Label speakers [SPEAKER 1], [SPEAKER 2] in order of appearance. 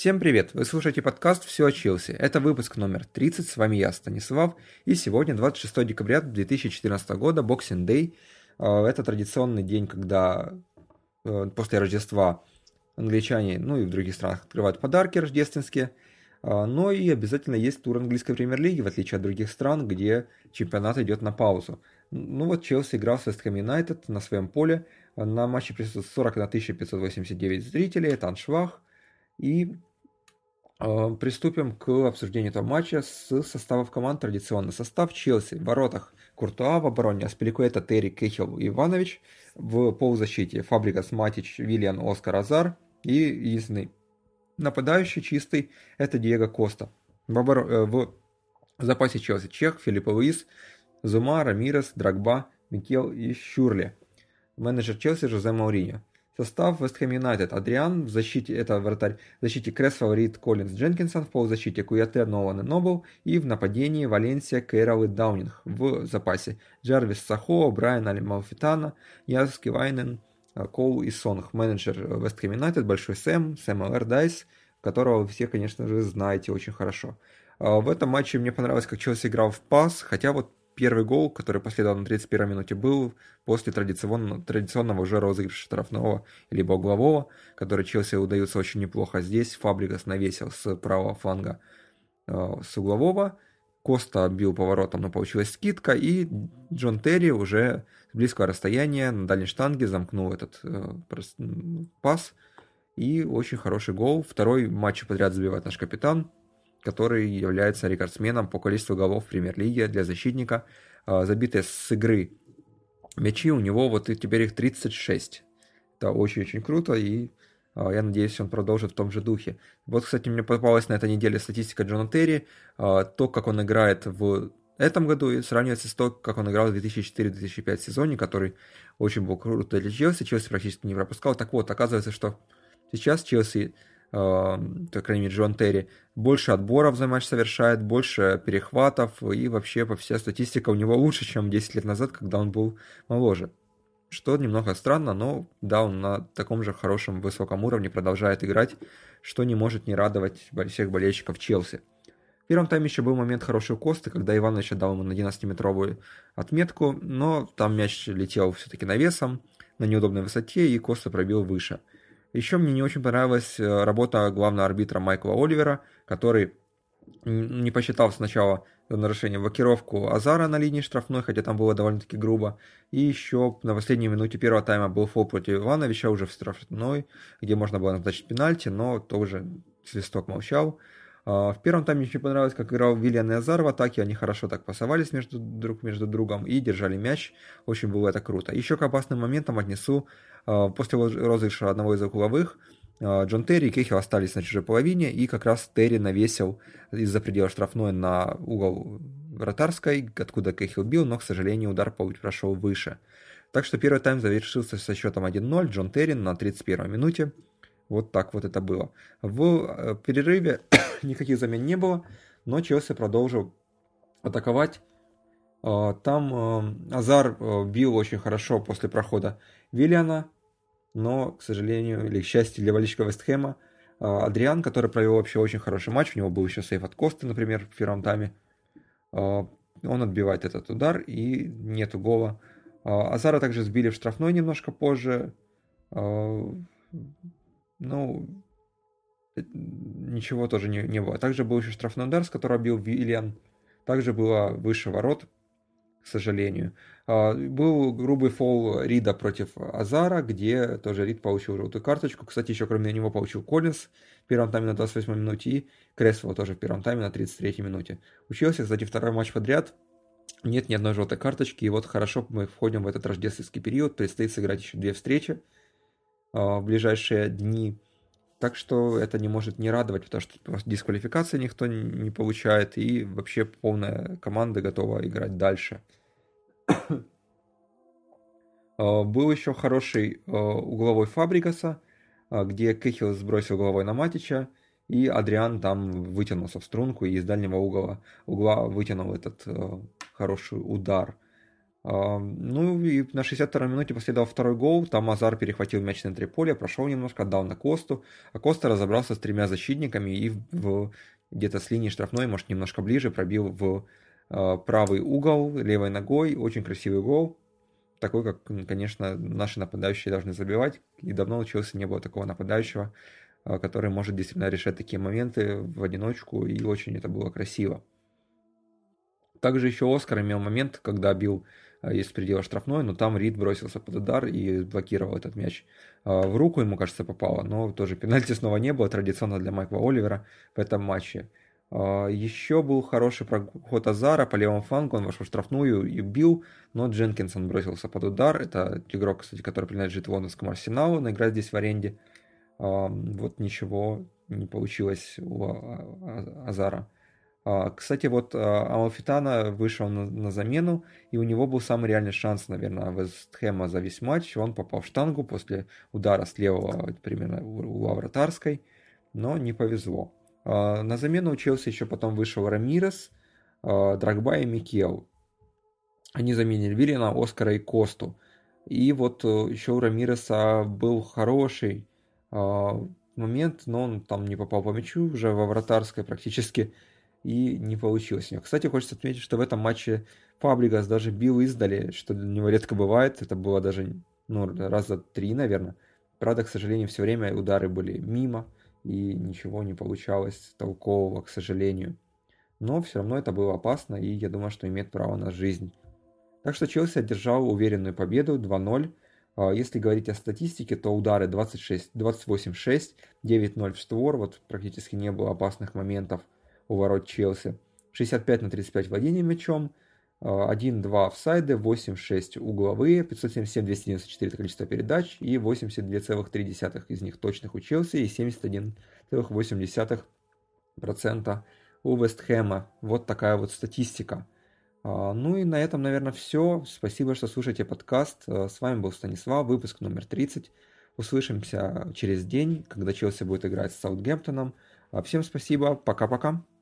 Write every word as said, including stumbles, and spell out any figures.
[SPEAKER 1] Всем привет! Вы слушаете подкаст «Все о Челси». Это выпуск номер тридцать, с вами я, Станислав. И сегодня, двадцать шестого декабря две тысячи четырнадцатого года, Boxing Day. Это традиционный день, когда после Рождества англичане, ну и в других странах, открывают подарки рождественские. Но и обязательно есть тур английской премьер-лиги, в отличие от других стран, где чемпионат идет на паузу. Ну вот Челси играл с Вест Хэм Юнайтед на своем поле. На матче присутствует сорок одна тысяча пятьсот восемьдесят девять зрителей, это аншлаги. И э, приступим к обсуждению этого матча с составов команд. Традиционный состав: Челси в воротах Куртуа, в обороне Аспиликуэта, Терри, Кехил, Иванович, в полузащите Фабригас, Матич, Виллиан, Оскар, Азар, и единственный нападающий чистый — это Диего Коста. В, обор... э, в запасе Челси Чех, Филиппо Луис, Зума, Рамирес, Дрогба, Микел и Щурли. Менеджер Челси Жозе Мауриньо. Состав Вест Хэм Юнайтед: Адриан, в защите, это вратарь, в защите Кресвелл, Рид, Коллинз, Дженкинсон, в полузащите Куяте, Нолан и Нобл, и в нападении Валенсия, Кэрролл и Даунинг. В запасе Джарвис, Сахо, Брайан, Али Малфитана, Яс, Кивайнен, Коул и Сонг. Менеджер Вест Хэм Юнайтед Большой Сэм, Сэм Элэрдайс, которого вы все, конечно же, знаете очень хорошо. В этом матче мне понравилось, как Челси играл в пас, хотя вот первый гол, который последовал на тридцать первой минуте, был после традиционного, традиционного уже розыгрыша штрафного либо углового, который Челси удается очень неплохо. Здесь Фабригас навесил с правого фланга э, с углового, Коста бил поворотом, но получилась скидка, и Джон Терри уже с близкого расстояния на дальней штанге замкнул этот э, пас, и очень хороший гол. Второй матч подряд забивает наш капитан, который является рекордсменом по количеству голов в премьер-лиге для защитника. Забитые с игры мячи у него вот и теперь их тридцать шесть. Это очень-очень круто, и я надеюсь, он продолжит в том же духе. Вот, кстати, мне попалась на этой неделе статистика Джона Терри. То, как он играет в этом году, и сравнивается с то, как он играл в две тысячи четвёртом - две тысячи пятом сезоне, который очень был круто для Челси. Челси практически не пропускал. Так вот, оказывается, что сейчас Челси, по крайней мере, Джон Терри, больше отборов за матч совершает, больше перехватов, и вообще по всей статистике у него лучше, чем десять лет назад, когда он был моложе. Что немного странно, но да, он на таком же хорошем, высоком уровне продолжает играть, что не может не радовать всех болельщиков Челси. В первом тайме еще был момент хороший у Косты, когда Иванович отдал ему на одиннадцатиметровую отметку, но там мяч летел все-таки навесом, на неудобной высоте, и Коста пробил выше. Еще мне не очень понравилась работа главного арбитра Майкла Оливера, который не посчитал сначала за нарушение блокировку Азара на линии штрафной, хотя там было довольно-таки грубо. И еще на последней минуте первого тайма был фол против Ивановича уже в штрафной, где можно было назначить пенальти, но тоже свисток молчал. В первом тайме мне очень понравилось, как играл Виллиан и Азар в атаке. Они хорошо так пасовались между, друг между другом и держали мяч. Очень было это круто. Еще к опасным моментам отнесу. После розыгрыша одного из угловых Джон Терри и Кехил остались на чужой половине, и как раз Терри навесил из-за предела штрафной на угол вратарской, откуда Кехил бил, но, к сожалению, удар прошел выше. Так что первый тайм завершился со счетом один ноль. Джон Терри на тридцать первой минуте. Вот так вот это было. В перерыве никаких замен не было, но Челси продолжил атаковать. Там Азар бил очень хорошо после прохода Виллиана, но, к сожалению, или к счастью для болельщика Вест Хэма, Адриан, который провел вообще очень хороший матч, у него был еще сейв от Косты, например, в первом тайме, он отбивает этот удар, и нету гола. Азара также сбили в штрафной немножко позже. Ну, ничего тоже не, не было. Также был еще штрафной удар, с которого бил Виллиан. Также было выше ворот, к сожалению. Был грубый фол Рида против Азара, где тоже Рид получил желтую карточку. Кстати, еще кроме него получил Коллинз в первом тайме на двадцать восьмой минуте и Кресвелл тоже в первом тайме на тридцать третьей минуте. Учился, кстати, второй матч подряд. Нет ни одной желтой карточки. И вот хорошо мы входим в этот рождественский период. Предстоит сыграть еще две встречи в ближайшие дни. Так что это не может не радовать, потому что дисквалификации никто не получает, и вообще полная команда готова играть дальше. Был еще хороший угловой Фабригаса, где Кехил сбросил головой на Матича, и Адриан там вытянулся в струнку и из дальнего угла, угла вытянул этот хороший удар. А, Ну и на шестьдесят второй минуте последовал второй гол. Там Азар перехватил мяч на центре поля, прошел немножко, отдал на Косту. А Коста разобрался с тремя защитниками и в, в- где-то с линии штрафной, может, немножко ближе, пробил в а, правый угол левой ногой. Очень красивый гол. Такой, как, м, конечно, наши нападающие должны забивать. И давно у Челси не было такого нападающего, а, который может действительно решать такие моменты в одиночку. И очень это было красиво. Также еще Оскар имел момент, когда бил а, из предела штрафной, но там Рид бросился под удар и блокировал этот мяч. А, В руку ему, кажется, попало, но тоже пенальти снова не было, традиционно для Майкла Оливера в этом матче. А, Еще был хороший проход Азара по левому флангу, он вошел в штрафную и бил, но Дженкинсон бросился под удар. Это игрок, кстати, который принадлежит лондонскому Арсеналу, но играет здесь в аренде. А, Вот ничего не получилось у А- А- Азара. А, Кстати, вот а, Амалфитана вышел на, на замену, и у него был самый реальный шанс, наверное, Вест Хэма за весь матч. Он попал в штангу после удара с левого, примерно у угла вратарской, но не повезло. А, На замену у Челси еще потом вышел Рамирес, а, Дрогба и Микел. Они заменили Виллина, Оскара и Косту. И вот э, еще у Рамиреса был хороший а, момент, но он там не попал по мячу, уже во вратарской практически, и не получилось у него. Кстати, хочется отметить, что в этом матче Фабригас даже бил издали, что для него редко бывает. Это было даже ну, раза три, наверное. Правда, к сожалению, все время удары были мимо, и ничего не получалось толкового, к сожалению. Но все равно это было опасно, и я думаю, что имеет право на жизнь. Так что Челси одержал уверенную победу два ноль. А, Если говорить о статистике, то удары двадцать шесть, двадцать восемь шесть, девять ноль в створ, вот практически не было опасных моментов у ворот Челси. шестьдесят пять на тридцать пять владения мячом, а, один-два офсайды, восемь шесть угловые, пятьсот семьдесят семь двести девяносто четыре это количество передач и восемьдесят два целых три десятых из них точных у Челси и семьдесят один целых восемь десятых процента у Вест Хэма. Вот такая вот статистика. А, Ну и на этом, наверное, все. Спасибо, что слушаете подкаст. А, С вами был Станислав, выпуск номер тридцать. Услышимся через день, когда Челси будет играть с Саутгемптоном. А, Всем спасибо, пока-пока.